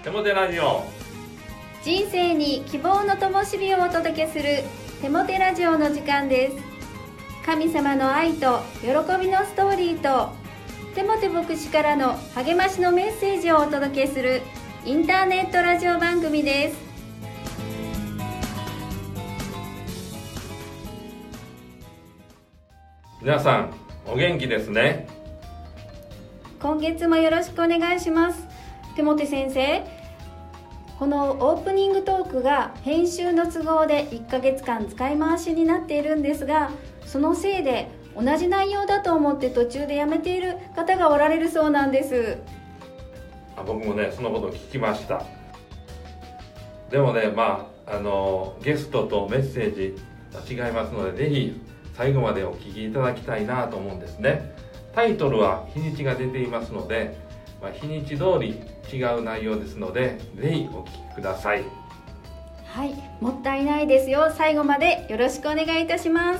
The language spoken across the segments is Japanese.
テモテラジオ。 人生に希望の灯火をお届けするテモテラジオの時間です。神様の愛と喜びのストーリーとテモテ牧師からの励ましのメッセージをお届けするインターネットラジオ番組です。 皆さんお元気ですね。 今月もよろしくお願いします。テモテ先生、このオープニングトークが編集の都合で1ヶ月間使い回しになっているんですが、そのせいで同じ内容だと思って途中でやめている方がおられるそうなんです。 僕もねそのことを聞きました。でもねゲストとメッセージが違いますので、ぜひ最後までお聞きいただきたいなと思うんですね。タイトルは日にちが出ていますので、日にち通り違う内容ですので、ぜひお聞きください。 はい、もったいないですよ。最後までよろしくお願いいたします。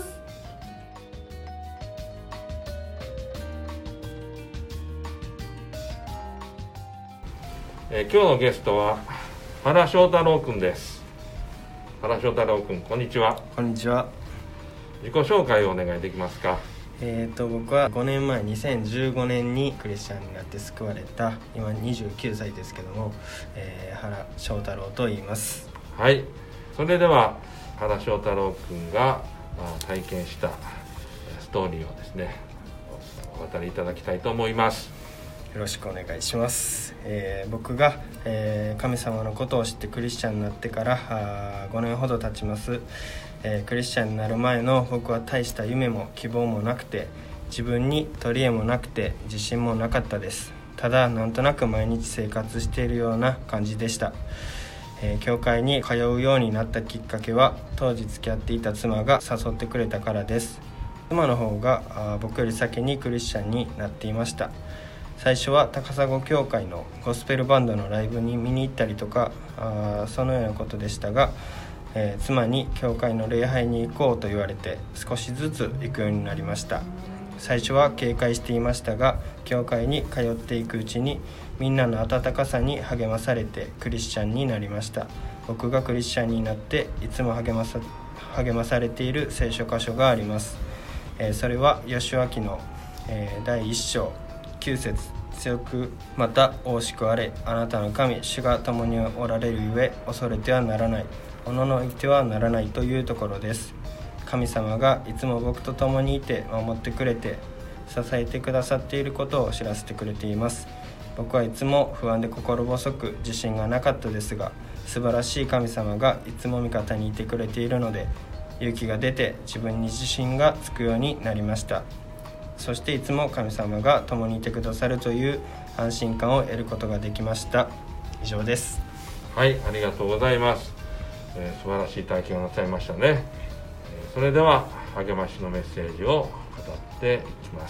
今日のゲストは原翔太郎くんです。原翔太郎くん、こんにちは。 こんにちは。 自己紹介をお願いできますか？ 僕は5年前2015年にクリスチャンになって救われた、今29歳ですけども、原翔太郎と言います。 はい、それでは原翔太郎くんが体験したストーリーをですねお語りいただきたいと思います。 よろしくお願いします。僕が、神様のことを知ってクリスチャンになってから5年ほど経ちます。クリスチャンになる前の僕は大した夢も希望もなくて、自分に取り柄もなくて自信もなかったです。ただなんとなく毎日生活しているような感じでした。教会に通うようになったきっかけは、当時付き合っていた妻が誘ってくれたからです。妻の方が僕より先にクリスチャンになっていました。最初は高砂教会のゴスペルバンドのライブに見に行ったりとかそのようなことでしたが、妻に教会の礼拝に行こうと言われて少しずつ行くようになりました。最初は警戒していましたが、教会に通っていくうちにみんなの温かさに励まされてクリスチャンになりました。僕がクリスチャンになっていつも励まされている聖書箇所があります。それはヨシュア記の、第1章9節、強くまた大しくあれ、あなたの神主が共におられるゆえ恐れてはならない、おののいてはならないというところです。神様がいつも僕と共にいて守ってくれて支えてくださっていることを知らせてくれています。僕はいつも不安で心細く自信がなかったですが、素晴らしい神様がいつも味方にいてくれているので、勇気が出て自分に自信がつくようになりました。そしていつも神様が共にいてくださるという安心感を得ることができました。以上です。 はい、ありがとうございます。素晴らしい体験をなさいましたね。それでは励ましのメッセージを語っていきます。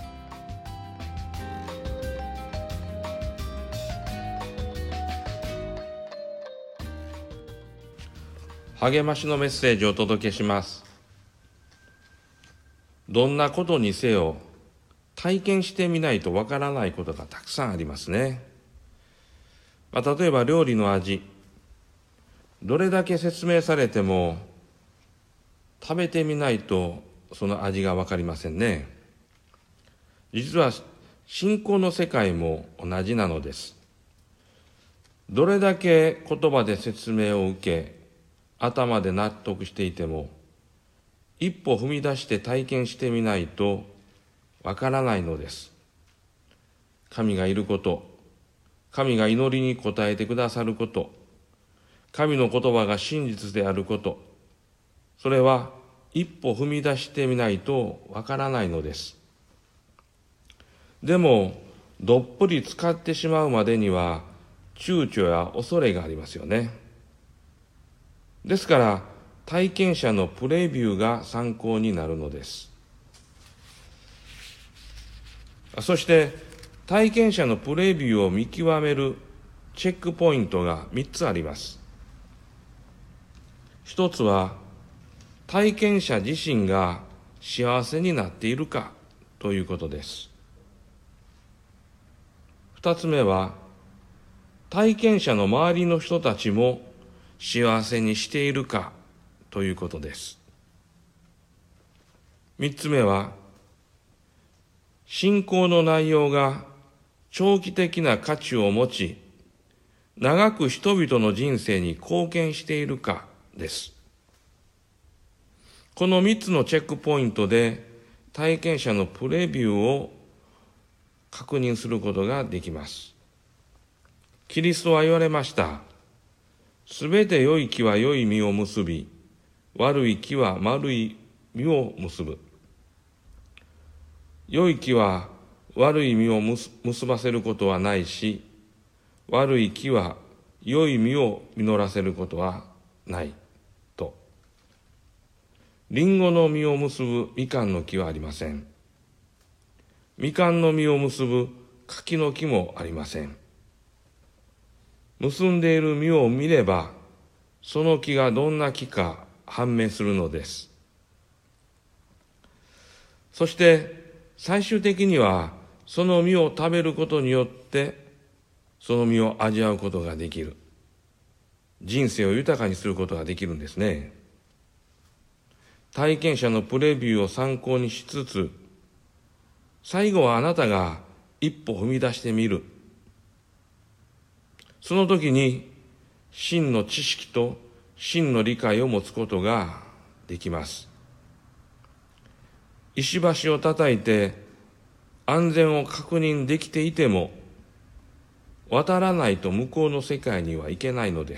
励ましのメッセージをお届けします。どんなことにせよ体験してみないとわからないことがたくさんありますね。例えば料理の味、どれだけ説明されても食べてみないとその味がわかりませんね。実は信仰の世界も同じなのです。どれだけ言葉で説明を受け、頭で納得していても、一歩踏み出して体験してみないとわからないのです。神がいること、神が祈りに応えてくださること、神の言葉が真実であること、それは一歩踏み出してみないとわからないのです。でもどっぷり使ってしまうまでには躊躇や恐れがありますよね。ですから体験者のプレビューが参考になるのです。そして体験者のプレビューを見極めるチェックポイントが3つあります。一つは体験者自身が幸せになっているかということです。二つ目は体験者の周りの人たちも幸せにしているかということです。3つ目は、信仰の内容が長期的な価値を持ち、長く人々の人生に貢献しているかです。この3つのチェックポイントで体験者のプレビューを確認することができます。キリストは言われました。すべて良い木は良い実を結び、悪い木は悪い実を結ぶ。良い木は悪い実を結ばせることはないし、悪い木は良い実を実らせることはないと。リンゴの実を結ぶみかんの木はありません。みかんの実を結ぶ柿の木もありません。結んでいる実を見れば、その木がどんな木か判明するのです。そして最終的にはその実を食べることによってその実を味わうことができる。人生を豊かにすることができるんですね。体験者のプレビューを参考にしつつ、最後はあなたが一歩踏み出してみる。その時に真の知識と真の理解を持つことができます。石橋を叩いて安全を確認できていても、渡らないと向こうの世界には行けないのです。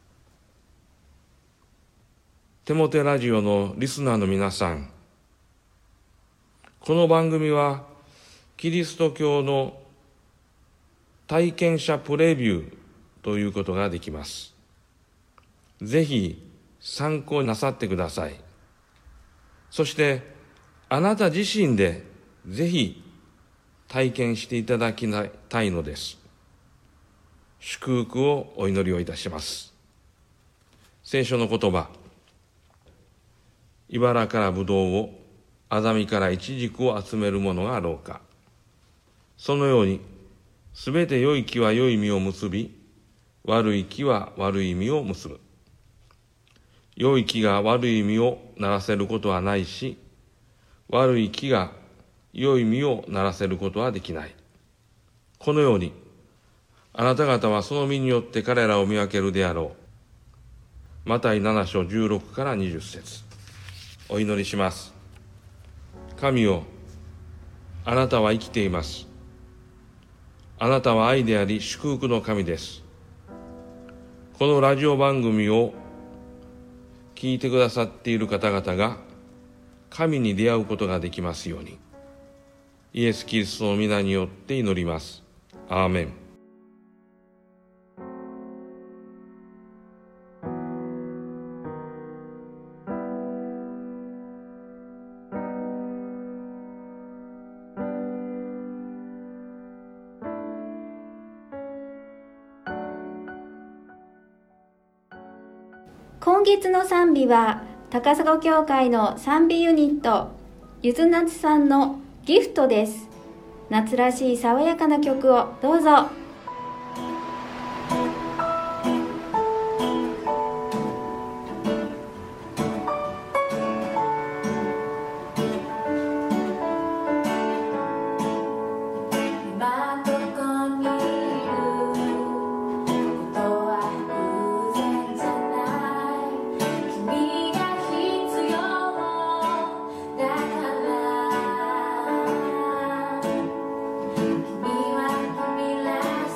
テモテラジオのリスナーの皆さん、この番組はキリスト教の体験者プレビューということができます。ぜひ参考になさってください。そしてあなた自身でぜひ体験していただきたいのです。祝福をお祈りをいたします。聖書の言葉、茨からぶどうを、アザミからイチジクを集める者があろうか。そのように、すべて良い木は良い実を結び、悪い木は悪い実を結ぶ。良い木が悪い実をならせることはないし、悪い木が良い実をならせることはできない。このように、あなた方はその実によって彼らを見分けるであろう。マタイ7章16から20節。お祈りします。神よ、あなたは生きています。あなたは愛であり祝福の神です。このラジオ番組を聞いてくださっている方々が神に出会うことができますように、イエス・キリストの皆によって祈ります。アーメン。 今月の賛美は高砂教会の賛美ユニットゆずなつさんのギフトです。夏らしい爽やかな曲をどうぞ。 君は君ら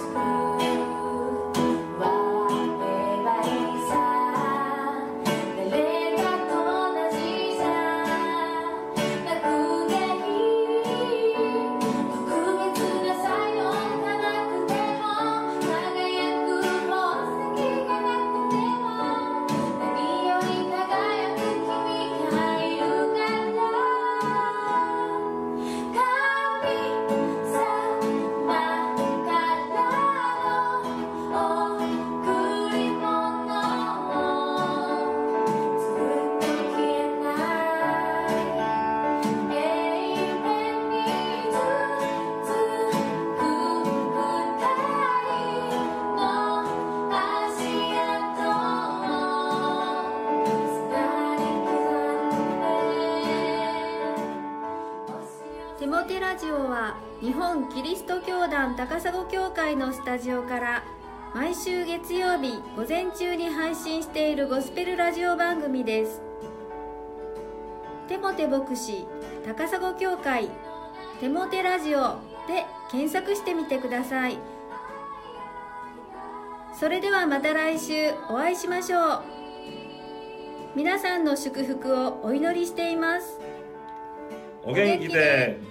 モテラジオは日本キリスト教団高砂教会のスタジオから毎週月曜日午前中に配信しているゴスペルラジオ番組です。テモテ牧師高砂教会テモテラジオで検索してみてください。それではまた来週お会いしましょう。皆さんの祝福をお祈りしています。 お元気で。